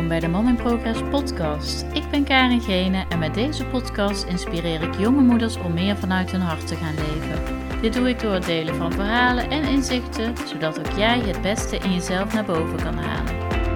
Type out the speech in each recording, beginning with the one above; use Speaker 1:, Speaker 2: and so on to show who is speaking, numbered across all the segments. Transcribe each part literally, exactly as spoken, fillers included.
Speaker 1: bij de Mom in Progress podcast. Ik ben Karin Gene en met deze podcast inspireer ik jonge moeders om meer vanuit hun hart te gaan leven. Dit doe ik door het delen van verhalen en inzichten, zodat ook jij het beste in jezelf naar boven kan halen.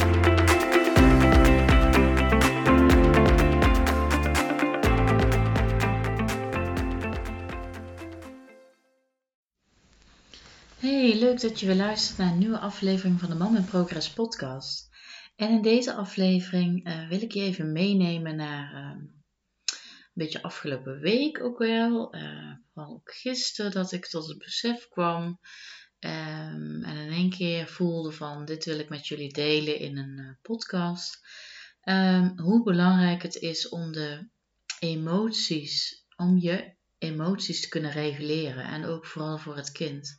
Speaker 1: Hey, leuk dat je weer luistert naar een nieuwe aflevering van de Mom in Progress podcast. En in deze aflevering uh, wil ik je even meenemen naar uh, een beetje afgelopen week ook wel. Uh, vooral ook gisteren dat ik tot het besef kwam. Um, en in één keer voelde van dit wil ik met jullie delen in een uh, podcast. Um, hoe belangrijk het is om de emoties, om je emoties te kunnen reguleren. En ook vooral voor het kind.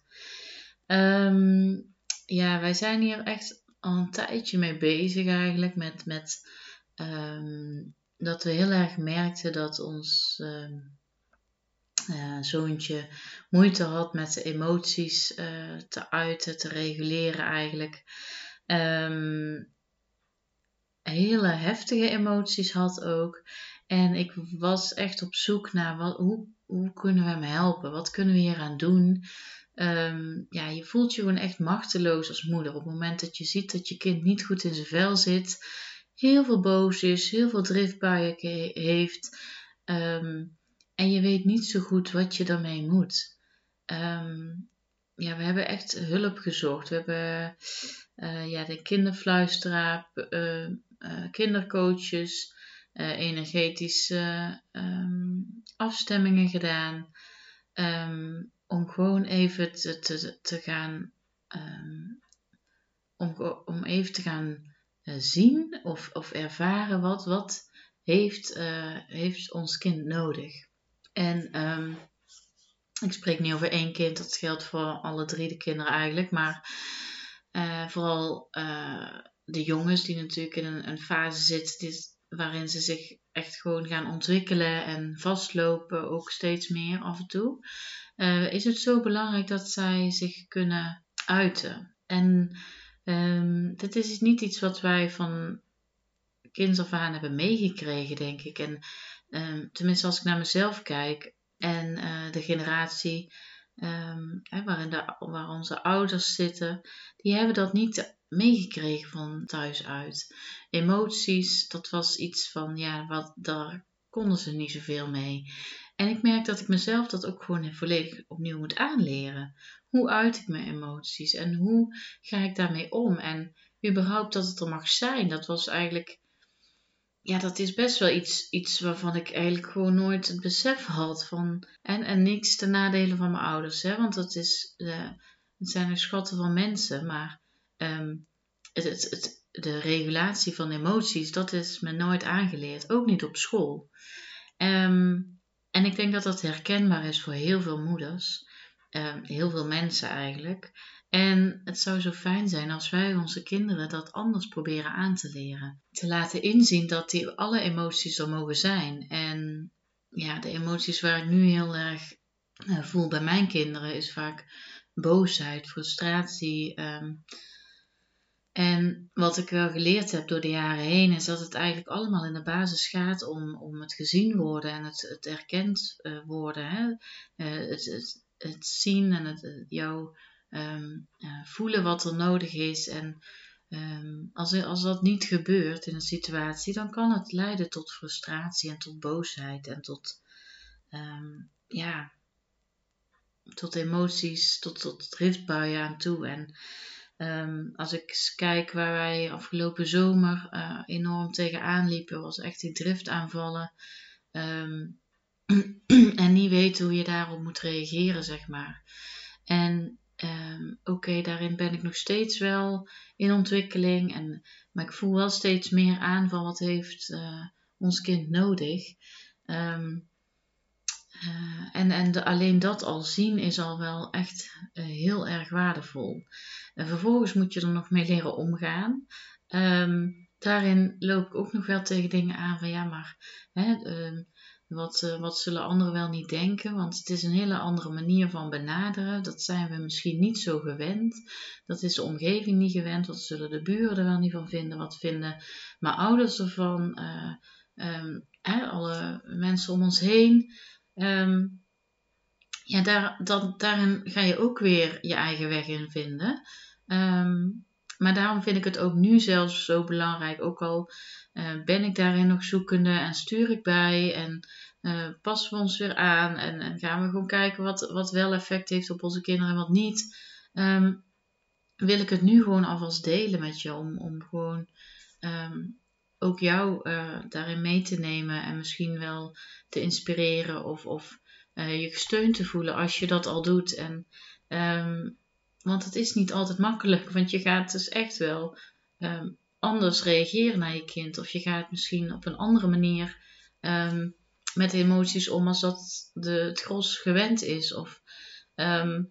Speaker 1: Um, ja, wij zijn hier echt al een tijdje mee bezig eigenlijk met, met um, dat we heel erg merkten dat ons um, uh, zoontje moeite had met de emoties uh, te uiten, te reguleren eigenlijk. Um, hele heftige emoties had ook. En ik was echt op zoek naar wat, hoe, hoe kunnen we hem helpen? Wat kunnen we hier aan doen? Um, ja, je voelt je gewoon echt machteloos als moeder. Op het moment dat je ziet dat je kind niet goed in zijn vel zit. Heel veel boos is, heel veel driftbuien heeft. Um, en je weet niet zo goed wat je daarmee moet. Um, ja, we hebben echt hulp gezocht. We hebben uh, ja, de kinderfluisteraar, uh, uh, kindercoaches, uh, energetische um, afstemmingen gedaan. Um, om gewoon even te, te, te gaan um, om, om even te gaan uh, zien of, of ervaren wat, wat heeft, uh, heeft ons kind nodig. En um, ik spreek niet over één kind, dat geldt voor alle drie de kinderen eigenlijk, maar uh, vooral uh, de jongens die natuurlijk in een, een fase zitten die, waarin ze zich echt gewoon gaan ontwikkelen en vastlopen, ook steeds meer af en toe. Uh, is het zo belangrijk dat zij zich kunnen uiten. En um, dit is niet iets wat wij van kinds af aan hebben meegekregen, denk ik. En um, tenminste als ik naar mezelf kijk en uh, de generatie um, hè, waarin de, waar onze ouders zitten, die hebben dat niet meegekregen van thuis uit. Emoties, dat was iets van, ja, wat, daar konden ze niet zoveel mee. En ik merk dat ik mezelf dat ook gewoon volledig opnieuw moet aanleren. Hoe uit ik mijn emoties en hoe ga ik daarmee om? En überhaupt dat het er mag zijn, dat was eigenlijk, ja, dat is best wel iets, iets waarvan ik eigenlijk gewoon nooit het besef had van, en, en niks ten nadele van mijn ouders, hè, want dat is, uh, het zijn er schatten van mensen, maar um, het, het, het, de regulatie van emoties, dat is me nooit aangeleerd, ook niet op school. Um, En ik denk dat dat herkenbaar is voor heel veel moeders, uh, heel veel mensen eigenlijk. En het zou zo fijn zijn als wij onze kinderen dat anders proberen aan te leren. Te laten inzien dat die alle emoties er mogen zijn. En ja, de emoties waar ik nu heel erg uh, voel bij mijn kinderen is vaak boosheid, frustratie. Um, En wat ik wel geleerd heb door de jaren heen is dat het eigenlijk allemaal in de basis gaat om, om het gezien worden en het, het erkend uh, worden. Hè? Uh, het, het, het zien en het, het jou um, uh, voelen wat er nodig is. En um, als, als dat niet gebeurt in een situatie, dan kan het leiden tot frustratie en tot boosheid en tot, um, ja, tot emoties, tot, tot driftbuien aan toe. En Um, als ik kijk waar wij afgelopen zomer uh, enorm tegenaan liepen, was echt die driftaanvallen. Um, en niet weten hoe je daarop moet reageren, zeg maar. En um, oké, okay, daarin ben ik nog steeds wel in ontwikkeling. En, maar ik voel wel steeds meer aan van wat heeft uh, ons kind nodig. Um, Uh, en en de, alleen dat al zien is al wel echt uh, heel erg waardevol. En vervolgens moet je er nog mee leren omgaan. Um, daarin loop ik ook nog wel tegen dingen aan van ja, maar hè, um, Wat, uh, wat zullen anderen wel niet denken? Want het is een hele andere manier van benaderen. Dat zijn we misschien niet zo gewend. Dat is de omgeving niet gewend. Wat zullen de buren er wel niet van vinden? Wat vinden mijn ouders ervan? Uh, um, eh, alle mensen om ons heen. Um, ja, daar, dat, daarin ga je ook weer je eigen weg in vinden. Um, maar daarom vind ik het ook nu zelfs zo belangrijk. Ook al uh, ben ik daarin nog zoekende en stuur ik bij en uh, passen we ons weer aan. En, en gaan we gewoon kijken wat, wat wel effect heeft op onze kinderen en wat niet. Um, wil ik het nu gewoon alvast delen met je. Om, om gewoon um, ook jou uh, daarin mee te nemen. En misschien wel te inspireren of... of Uh, je gesteund te voelen als je dat al doet. En, um, want het is niet altijd makkelijk, want je gaat dus echt wel um, anders reageren naar je kind. Of je gaat misschien op een andere manier um, met de emoties om als dat de, het gros gewend is. Of, um,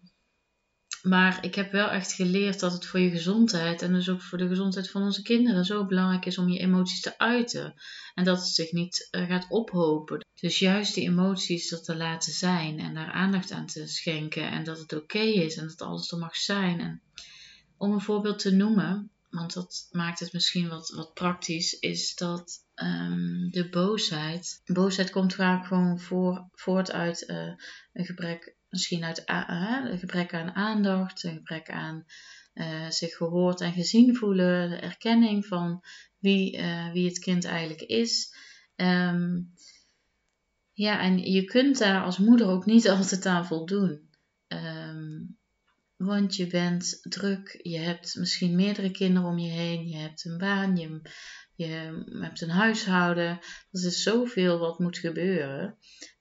Speaker 1: maar ik heb wel echt geleerd dat het voor je gezondheid en dus ook voor de gezondheid van onze kinderen zo belangrijk is om je emoties te uiten. En dat het zich niet uh, gaat ophopen. Dus juist die emoties er te laten zijn en daar aandacht aan te schenken. En dat het oké is en dat alles er mag zijn. En om een voorbeeld te noemen, want dat maakt het misschien wat, wat praktisch, is dat um, de boosheid. Boosheid komt vaak gewoon voor, voort uit uh, een gebrek. Misschien uit uh, een gebrek aan aandacht, een gebrek aan uh, zich gehoord en gezien voelen, de erkenning van wie, uh, wie het kind eigenlijk is. Um, ja, en je kunt daar als moeder ook niet altijd aan voldoen. Um, want je bent druk, je hebt misschien meerdere kinderen om je heen, je hebt een baan, je, je hebt een huishouden. Er is zoveel wat moet gebeuren.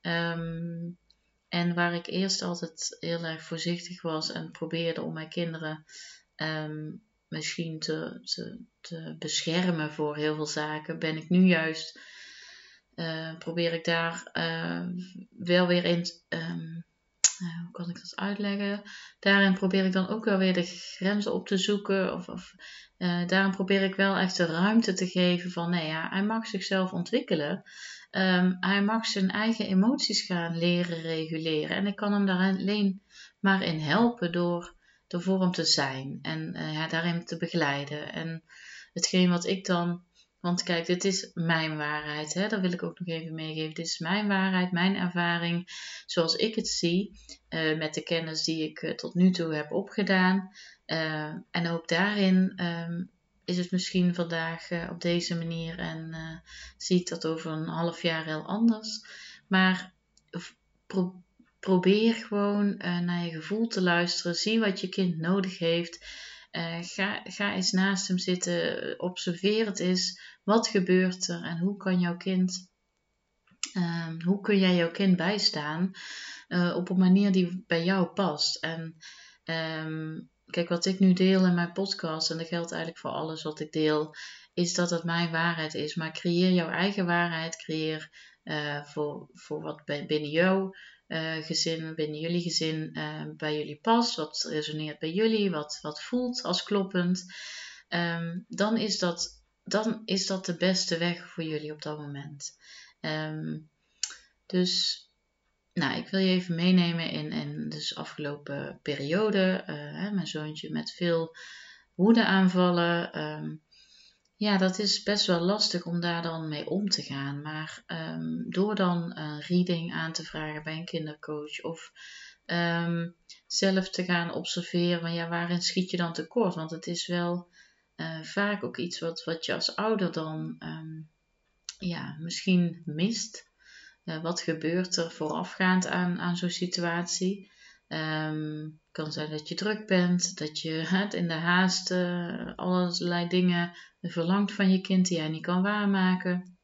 Speaker 1: Um, En waar ik eerst altijd heel erg voorzichtig was en probeerde om mijn kinderen um, misschien te, te, te beschermen voor heel veel zaken, ben ik nu juist, uh, probeer ik daar uh, wel weer in, um, uh, hoe kan ik dat uitleggen? Daarin probeer ik dan ook wel weer de grenzen op te zoeken. Of, of uh, daarin probeer ik wel echt de ruimte te geven van, nee ja, hij mag zichzelf ontwikkelen. Um, hij mag zijn eigen emoties gaan leren reguleren. En ik kan hem daar alleen maar in helpen door er voor hem te zijn. En uh, ja, daarin te begeleiden. En hetgeen wat ik dan... Want kijk, dit is mijn waarheid. Hè? Dat wil ik ook nog even meegeven. Dit is mijn waarheid, mijn ervaring. Zoals ik het zie. Uh, met de kennis die ik uh, tot nu toe heb opgedaan. Uh, en ook daarin... Um, is het misschien vandaag uh, op deze manier en uh, zie ik dat over een half jaar heel anders. Maar pro- probeer gewoon uh, naar je gevoel te luisteren. Zie wat je kind nodig heeft. Uh, ga, ga eens naast hem zitten. Observeer het eens. Wat gebeurt er en hoe kan jouw kind... Uh, hoe kun jij jouw kind bijstaan uh, op een manier die bij jou past. En... Um, Kijk, wat ik nu deel in mijn podcast, en dat geldt eigenlijk voor alles wat ik deel, is dat het mijn waarheid is. Maar creëer jouw eigen waarheid, creëer uh, voor, voor wat bij, binnen jouw uh, gezin, binnen jullie gezin, uh, bij jullie past, wat resoneert bij jullie, wat, wat voelt als kloppend. Um, dan, is dat, dan is dat de beste weg voor jullie op dat moment. Um, dus... Nou, ik wil je even meenemen in, in de afgelopen periode. Uh, hè, mijn zoontje met veel woedeaanvallen. Um, ja, dat is best wel lastig om daar dan mee om te gaan. Maar um, door dan een reading aan te vragen bij een kindercoach. Of um, zelf te gaan observeren. Van, ja, waarin schiet je dan tekort? Want het is wel uh, vaak ook iets wat, wat je als ouder dan um, ja, misschien mist. Uh, wat gebeurt er voorafgaand aan, aan zo'n situatie? Um, het kan zijn dat je druk bent, dat je het in de haast uh, allerlei dingen verlangt van je kind die jij niet kan waarmaken.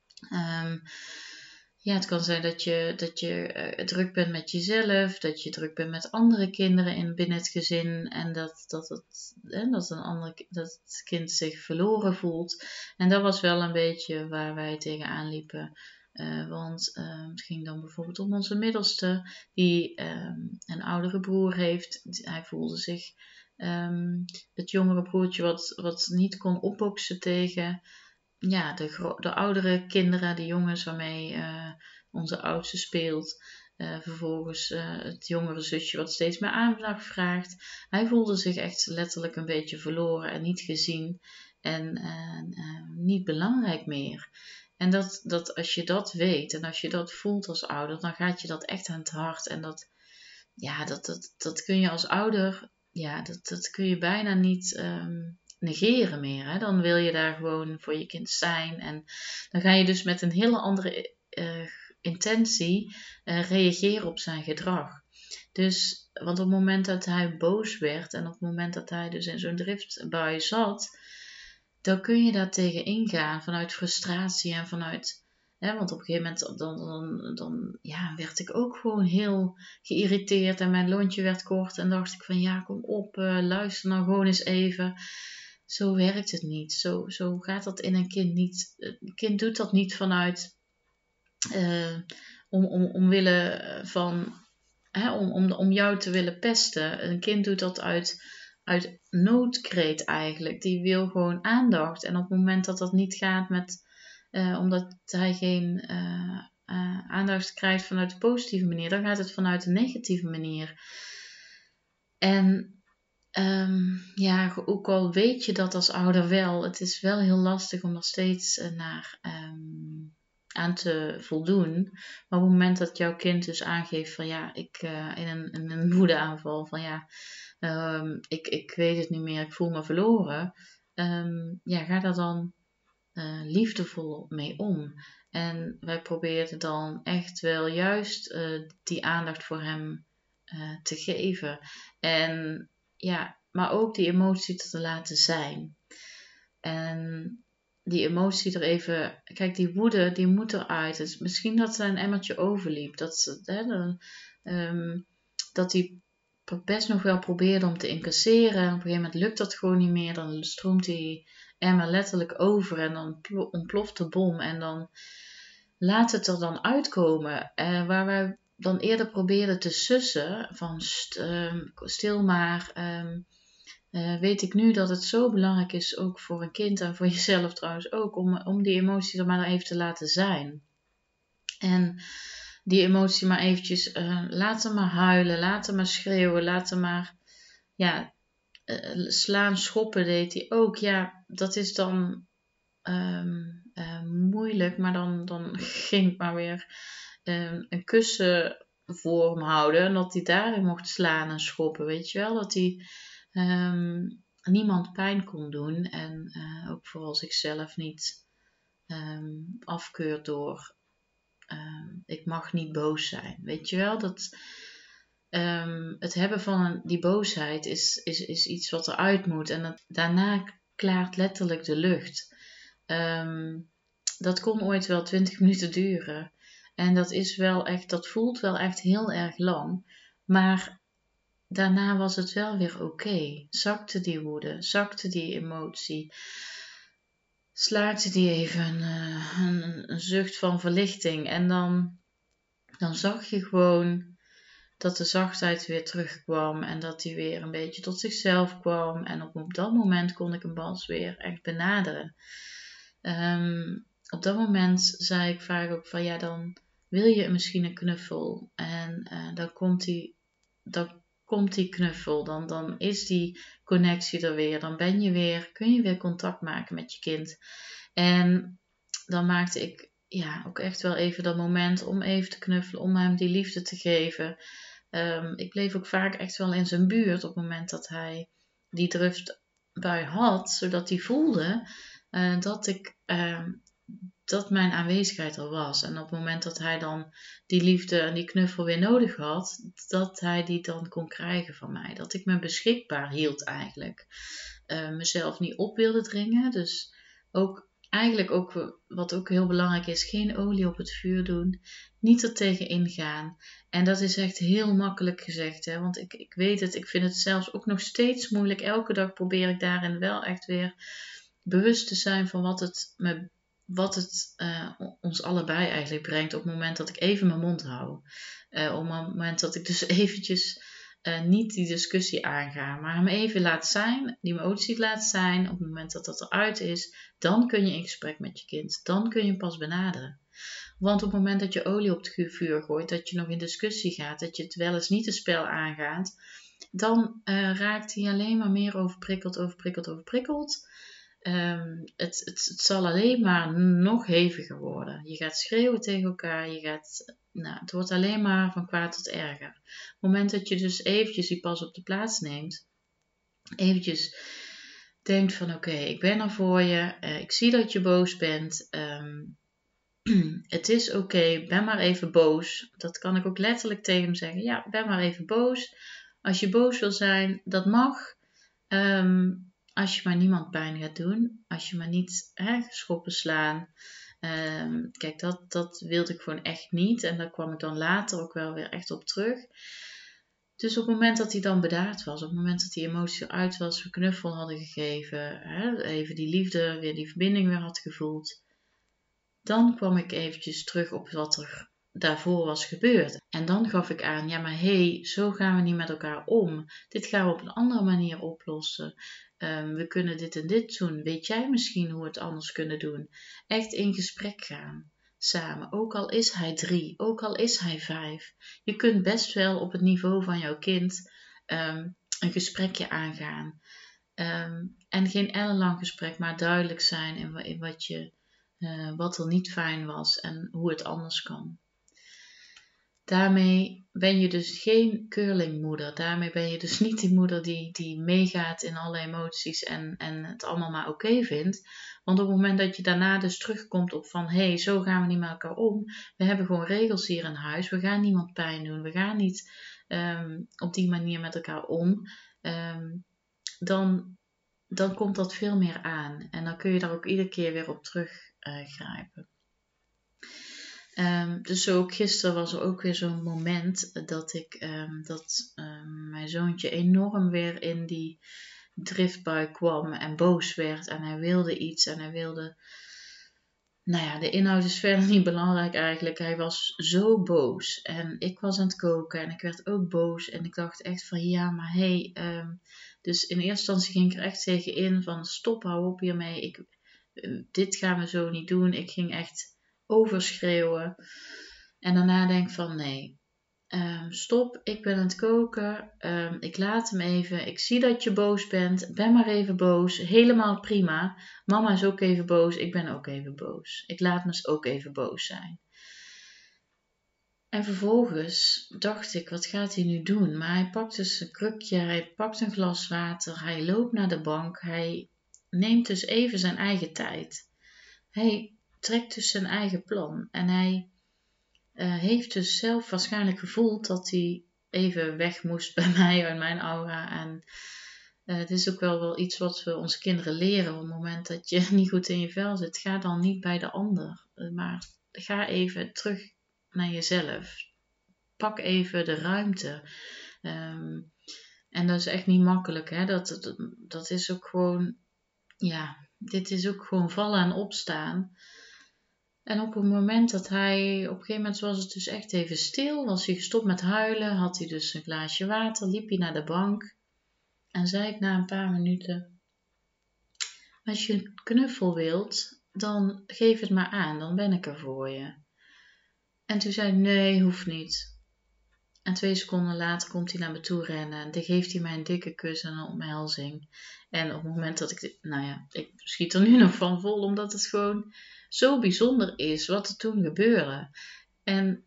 Speaker 1: Um, ja, het kan zijn dat je, dat je uh, druk bent met jezelf, dat je druk bent met andere kinderen in, binnen het gezin en dat, dat, het, eh, dat, een andere, dat het kind zich verloren voelt. En dat was wel een beetje waar wij tegenaan liepen. Uh, want uh, het ging dan bijvoorbeeld om onze middelste, die um, een oudere broer heeft. Hij voelde zich um, het jongere broertje wat, wat niet kon opboksen tegen ja, de, gro- de oudere kinderen, de jongens waarmee uh, onze oudste speelt. Uh, vervolgens uh, het jongere zusje wat steeds meer aandacht vraagt. Hij voelde zich echt letterlijk een beetje verloren en niet gezien en uh, uh, niet belangrijk meer. En dat, dat als je dat weet en als je dat voelt als ouder, dan gaat je dat echt aan het hart. En dat, ja, dat, dat, dat kun je als ouder, ja, dat, dat kun je bijna niet um, negeren meer. Hè? Dan wil je daar gewoon voor je kind zijn. En dan ga je dus met een hele andere uh, intentie uh, reageren op zijn gedrag. Dus, want op het moment dat hij boos werd en op het moment dat hij dus in zo'n driftbui zat, dan kun je daar tegen ingaan vanuit frustratie en vanuit, hè, want op een gegeven moment dan, dan, dan ja, werd ik ook gewoon heel geïrriteerd en mijn lontje werd kort en dacht ik van ja, kom op, uh, luister nou gewoon eens even. Zo werkt het niet. Zo, zo gaat dat in een kind niet. Een kind doet dat niet vanuit uh, om, om, omwille van, hè, om, om, om jou te willen pesten. Een kind doet dat uit, uit noodkreet eigenlijk. Die wil gewoon aandacht. En op het moment dat dat niet gaat met, uh, omdat hij geen uh, uh, aandacht krijgt vanuit de positieve manier, dan gaat het vanuit de negatieve manier. En Um, ja, ook al weet je dat als ouder wel, het is wel heel lastig om er steeds uh, naar um, aan te voldoen. Maar op het moment dat jouw kind dus aangeeft van ja, ik uh, in een, in een woedeaanval van ja, um, ik, ik weet het niet meer, ik voel me verloren. Um, ja, ga daar dan uh, liefdevol mee om. En wij proberen dan echt wel juist uh, die aandacht voor hem uh, te geven. En ja, maar ook die emotie te laten zijn. En die emotie er even, kijk, die woede, die moet eruit. Dus misschien dat er een emmertje overliep. Dat ze, hè, dan, um, dat die best nog wel probeerde om te incasseren. En op een gegeven moment lukt dat gewoon niet meer. Dan stroomt die emmer letterlijk over en dan ontploft de bom. En dan laat het er dan uitkomen. Uh, waar wij dan eerder probeerden te sussen van st, um, stil maar. Um, uh, weet ik nu dat het zo belangrijk is, ook voor een kind en voor jezelf trouwens ook, om, om die emotie er maar even te laten zijn. En die emotie maar eventjes, uh, laat hem maar huilen, laat hem maar schreeuwen, laat hem maar, ja, uh, slaan, schoppen deed hij ook. Ja, dat is dan um, uh, moeilijk, maar dan, dan ging ik maar weer um, een kussen voor hem houden en dat hij daarin mocht slaan en schoppen, weet je wel, dat hij um, niemand pijn kon doen en uh, ook vooral zichzelf niet um, afkeurt door um, ik mag niet boos zijn, weet je wel, dat um, het hebben van een, die boosheid is, is, is iets wat eruit moet en dat, daarna klaart letterlijk de lucht. Um, dat kon ooit wel twintig minuten duren en dat is wel echt, dat voelt wel echt heel erg lang, maar daarna was het wel weer oké. Okay. Zakte die woede, zakte die emotie. Slaakte die even een, een, een zucht van verlichting. En dan, dan zag je gewoon dat de zachtheid weer terugkwam. En dat hij weer een beetje tot zichzelf kwam. En op, op dat moment kon ik hem pas weer echt benaderen. Um, op dat moment zei ik vaak ook van ja, dan wil je misschien een knuffel. En uh, dan komt hij... Dan komt die knuffel, dan, dan is die connectie er weer, dan ben je weer, kun je weer contact maken met je kind. En dan maakte ik ja, ook echt wel even dat moment om even te knuffelen, om hem die liefde te geven. Um, ik bleef ook vaak echt wel in zijn buurt op het moment dat hij die driftbui had, zodat hij voelde uh, dat ik... Uh, dat mijn aanwezigheid er was. En op het moment dat hij dan die liefde en die knuffel weer nodig had, dat hij die dan kon krijgen van mij. Dat ik me beschikbaar hield eigenlijk. Uh, mezelf niet op wilde dringen. Dus ook eigenlijk ook, wat ook heel belangrijk is, geen olie op het vuur doen. Niet er tegen ingaan. En dat is echt heel makkelijk gezegd. Hè? Want ik, ik weet het, ik vind het zelfs ook nog steeds moeilijk. Elke dag probeer ik daarin wel echt weer bewust te zijn van wat het me wat het uh, ons allebei eigenlijk brengt op het moment dat ik even mijn mond hou. Uh, op het moment dat ik dus eventjes uh, niet die discussie aanga, maar hem even laat zijn, die emotie laat zijn. Op het moment dat dat eruit is, dan kun je in gesprek met je kind. Dan kun je hem pas benaderen. Want op het moment dat je olie op het vuur gooit, dat je nog in discussie gaat, dat je het wel eens niet het spel aangaat, dan uh, raakt hij alleen maar meer overprikkeld, overprikkeld, overprikkeld. Um, het, het, het zal alleen maar nog heviger worden. Je gaat schreeuwen tegen elkaar, je gaat, nou, het wordt alleen maar van kwaad tot erger. Op het moment dat je dus eventjes die pas op de plaats neemt, eventjes denkt van oké, okay, ik ben er voor je, uh, ik zie dat je boos bent, um, het is oké, okay, ben maar even boos. Dat kan ik ook letterlijk tegen hem zeggen, ja, ben maar even boos. Als je boos wil zijn, dat mag. Um, als je maar niemand pijn gaat doen, als je maar niet hè, schoppen slaan. Um, kijk, dat, dat wilde ik gewoon echt niet en daar kwam ik dan later ook wel weer echt op terug. Dus op het moment dat hij dan bedaard was, op het moment dat die emotie eruit was, we knuffel hadden gegeven, hè, even die liefde, weer die verbinding weer had gevoeld, dan kwam ik eventjes terug op wat er daarvoor was gebeurd. En dan gaf ik aan, ja maar hé, hey, zo gaan we niet met elkaar om. Dit gaan we op een andere manier oplossen. Um, we kunnen dit en dit doen. Weet jij misschien hoe we het anders kunnen doen? Echt in gesprek gaan. Samen. Ook al is hij drie, ook al is hij vijf. Je kunt best wel op het niveau van jouw kind um, een gesprekje aangaan. Um, en geen ellenlang gesprek, maar duidelijk zijn in, in wat, je, uh, wat er niet fijn was en hoe het anders kan. Daarmee ben je dus geen curlingmoeder. Daarmee ben je dus niet die moeder die, die meegaat in alle emoties en, en het allemaal maar oké okay vindt. Want op het moment dat je daarna dus terugkomt op van hé, hey, zo gaan we niet met elkaar om. We hebben gewoon regels hier in huis. We gaan niemand pijn doen. We gaan niet um, op die manier met elkaar om. Um, dan, dan komt dat veel meer aan. En dan kun je daar ook iedere keer weer op teruggrijpen. Uh, Um, dus ook gisteren was er ook weer zo'n moment dat ik um, dat um, mijn zoontje enorm weer in die driftbui kwam en boos werd en hij wilde iets en hij wilde, nou ja, de inhoud is verder niet belangrijk eigenlijk. Hij was zo boos en ik was aan het koken en ik werd ook boos en ik dacht echt van ja, maar hé, hey, um, dus in eerste instantie ging ik er echt tegen in van stop, hou op hiermee, ik, uh, dit gaan we zo niet doen. Ik ging echt overschreeuwen. En daarna denk ik van nee, um, stop, ik ben aan het koken, um, ik laat hem even, ik zie dat je boos bent, ben maar even boos, helemaal prima. Mama is ook even boos, ik ben ook even boos. Ik laat me ook even boos zijn. En vervolgens dacht ik, wat gaat hij nu doen? Maar hij pakt dus een krukje, hij pakt een glas water, hij loopt naar de bank, hij neemt dus even zijn eigen tijd. Hij trekt dus zijn eigen plan. En hij uh, heeft dus zelf waarschijnlijk gevoeld dat hij even weg moest bij mij en mijn aura. En uh, het is ook wel, wel iets wat we onze kinderen leren. Op het moment dat je niet goed in je vel zit, ga dan niet bij de ander. Uh, maar ga even terug naar jezelf. Pak even de ruimte. Um, en dat is echt niet makkelijk. Hè? Dat, dat, dat is ook gewoon, ja, dit is ook gewoon vallen en opstaan. En op het moment dat hij, op een gegeven moment was het dus echt even stil, was hij gestopt met huilen, had hij dus een glaasje water, liep hij naar de bank en zei ik na een paar minuten, als je een knuffel wilt, dan geef het maar aan, dan ben ik er voor je. En toen zei hij, nee, hoeft niet. En twee seconden later komt hij naar me toe rennen en dan geeft hij mij een dikke kus en een omhelzing. En op het moment dat ik, nou ja, ik schiet er nu nog van vol, omdat het gewoon zo bijzonder is wat er toen gebeurde. En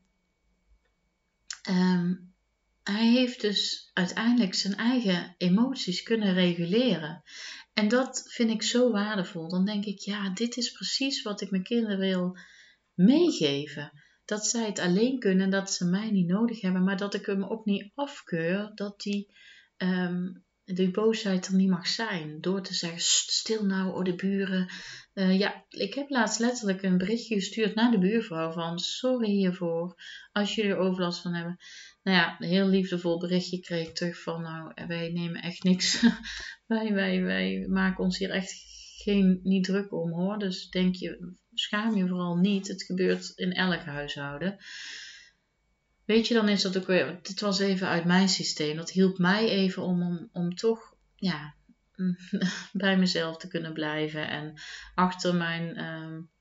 Speaker 1: um, hij heeft dus uiteindelijk zijn eigen emoties kunnen reguleren. En dat vind ik zo waardevol. Dan denk ik, ja, dit is precies wat ik mijn kinderen wil meegeven. Dat zij het alleen kunnen, dat ze mij niet nodig hebben, maar dat ik hem ook niet afkeur, dat die, um, die boosheid er niet mag zijn. Door te zeggen, stil nou, oh de buren. Uh, ja, ik heb laatst letterlijk een berichtje gestuurd naar de buurvrouw van, sorry hiervoor, als jullie er overlast van hebben. Nou ja, een heel liefdevol berichtje kreeg ik terug van, nou, wij nemen echt niks, wij, wij, wij maken ons hier echt geen, niet druk om hoor, dus denk je, schaam je vooral niet, het gebeurt in elk huishouden. Weet je, dan is dat ook weer, dit was even uit mijn systeem, dat hielp mij even om, om, om toch, ja, bij mezelf te kunnen blijven en achter mijn, um,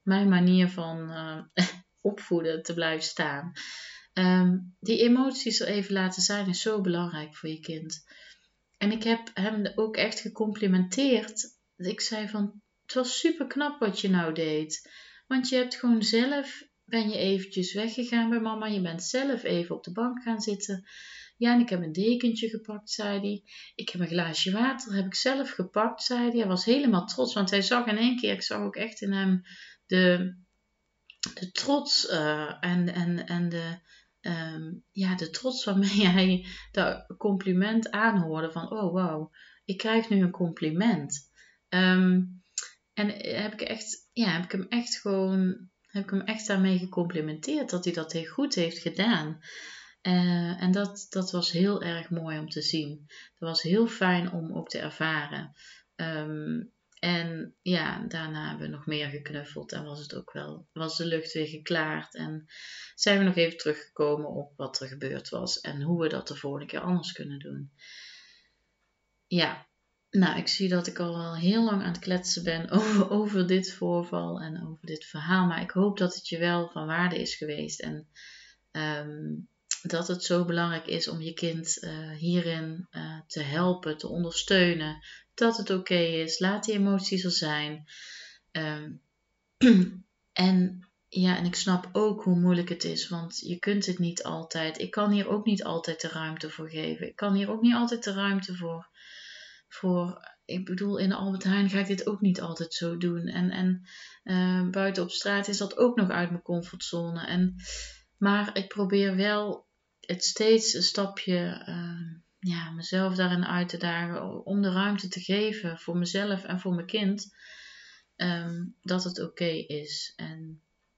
Speaker 1: mijn manier van uh, opvoeden te blijven staan. Um, die emoties er even laten zijn is zo belangrijk voor je kind. En ik heb hem ook echt gecomplimenteerd. Ik zei van, het was super knap wat je nou deed. Want je hebt gewoon zelf, ben je eventjes weggegaan bij mama. Je bent zelf even op de bank gaan zitten. Ja, en ik heb een dekentje gepakt, zei hij. Ik heb een glaasje water, heb ik zelf gepakt, zei hij. Hij was helemaal trots, want hij zag in één keer, ik zag ook echt in hem de, de trots uh, en, en, en de, um, ja, de trots waarmee hij dat compliment aanhoorde. Van, oh wauw, ik krijg nu een compliment. Um, en heb ik, echt, ja, heb ik hem echt gewoon, heb ik hem echt daarmee gecomplimenteerd. Dat hij dat heel goed heeft gedaan. Uh, en dat, dat was heel erg mooi om te zien. Dat was heel fijn om ook te ervaren. Um, en ja, daarna hebben we nog meer geknuffeld. En was het ook wel, was de lucht weer geklaard. En zijn we nog even teruggekomen op wat er gebeurd was. En hoe we dat de volgende keer anders kunnen doen. Ja, nou ik zie dat ik al wel heel lang aan het kletsen ben over, over dit voorval. En over dit verhaal. Maar ik hoop dat het je wel van waarde is geweest. En um, dat het zo belangrijk is om je kind uh, hierin uh, te helpen, te ondersteunen. Dat het oké okay is. Laat die emoties er zijn. Um, en ja, en ik snap ook hoe moeilijk het is. Want je kunt het niet altijd. Ik kan hier ook niet altijd de ruimte voor geven. Ik kan hier ook niet altijd de ruimte voor. voor ik bedoel, in de Albert Heijn ga ik dit ook niet altijd zo doen. En, en uh, buiten op straat is dat ook nog uit mijn comfortzone. En, maar ik probeer wel het steeds een stapje, uh, ja, mezelf daarin uit te dagen, om de ruimte te geven voor mezelf en voor mijn kind, um, dat het oké okay is. En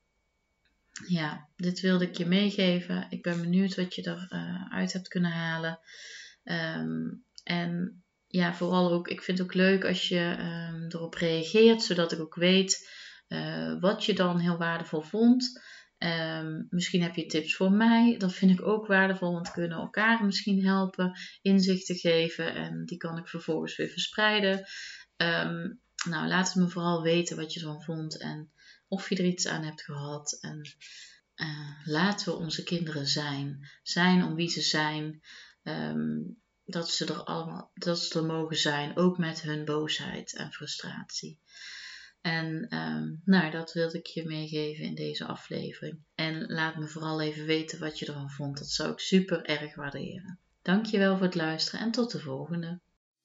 Speaker 1: ja, dit wilde ik je meegeven. Ik ben benieuwd wat je eruit uh, hebt kunnen halen. Um, en ja, vooral ook, ik vind het ook leuk als je um, erop reageert, zodat ik ook weet uh, wat je dan heel waardevol vond. Um, misschien heb je tips voor mij. Dat vind ik ook waardevol, want we kunnen elkaar misschien helpen inzicht te geven. En die kan ik vervolgens weer verspreiden. Um, nou, laat het me vooral weten wat je ervan vond. En of je er iets aan hebt gehad. En uh, laten we onze kinderen zijn. Zijn om wie ze zijn. Um, dat ze er allemaal, dat ze er mogen zijn. Ook met hun boosheid en frustratie. En um, nou, dat wilde ik je meegeven in deze aflevering. En laat me vooral even weten wat je ervan vond. Dat zou ik super erg waarderen. Dankjewel voor het luisteren en tot de volgende.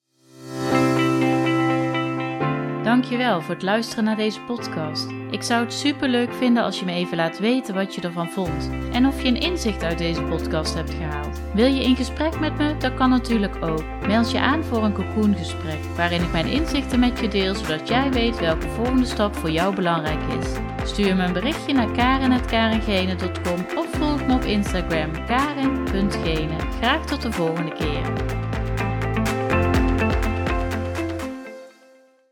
Speaker 1: Dankjewel voor het luisteren naar deze podcast. Ik zou het super leuk vinden als je me even laat weten wat je ervan vond. En of je een inzicht uit deze podcast hebt gehaald. Wil je in gesprek met me? Dat kan natuurlijk ook. Meld je aan voor een cocoongesprek, waarin ik mijn inzichten met je deel, zodat jij weet welke volgende stap voor jou belangrijk is. Stuur me een berichtje naar karen at karengene punt com of volg me op Instagram karen punt gene. Graag tot de volgende keer.